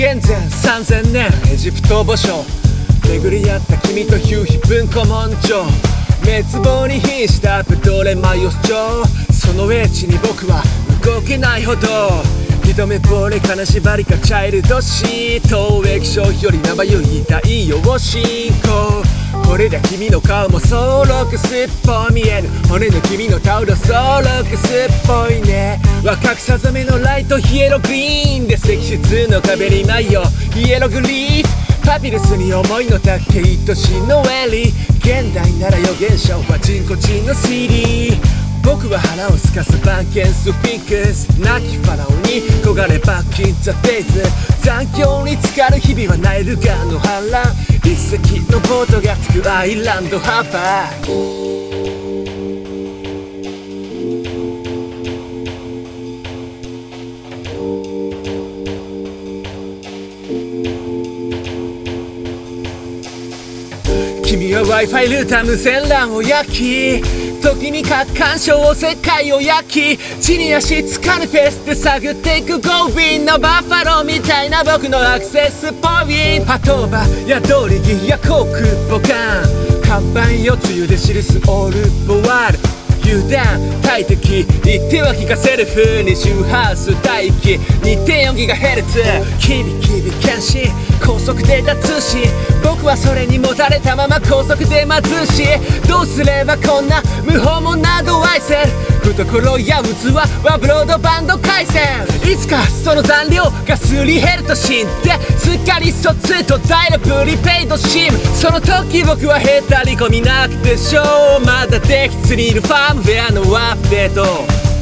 前3000年エジプト墓所巡り合った君とヒューヒ文庫文書滅亡に瀕したプトレマイオス朝その英知に僕は動けないほど一目ぼれ金縛りかチャイルドシート液晶より名前より太陽を信仰これで君の顔もソロクスっぽい見えぬ骨の君のタオルソロクスっぽいね若くさざめのライトヒエログリーンで石室の壁に舞よイエログリーフパピルスに思いの丈愛しのエリ現代なら預言者は人工知の CD 僕は腹をすかす番犬スフィンクス亡きファラオに焦がれバッキンザデイズ残響に浸かる日々はナイル川の氾濫一隻のボートがつくアイランドハーバー君は Wi-Fi ルーター無線 LAN を焼き時に各干渉を世界を焼き地に足つかぬペースで探っていく強引なバッファローみたいな僕のアクセスポイント鳩場や通り着や航空母艦看板よつゆで記すオールボワール油断大敵言っては聞かせる風に周波数帯域 2.4GHz キビキビ検視高速で脱し僕はそれにもたれたまま高速で貧しどうすればこんな無法もなど愛せる懐や器はブロードバンド回線いつかその残量がすり減ると知ってすっかり疎通途絶えるプリペイドシムその時僕はへたり込みなくてしょうまだデキツにいるファームウェアのアップデート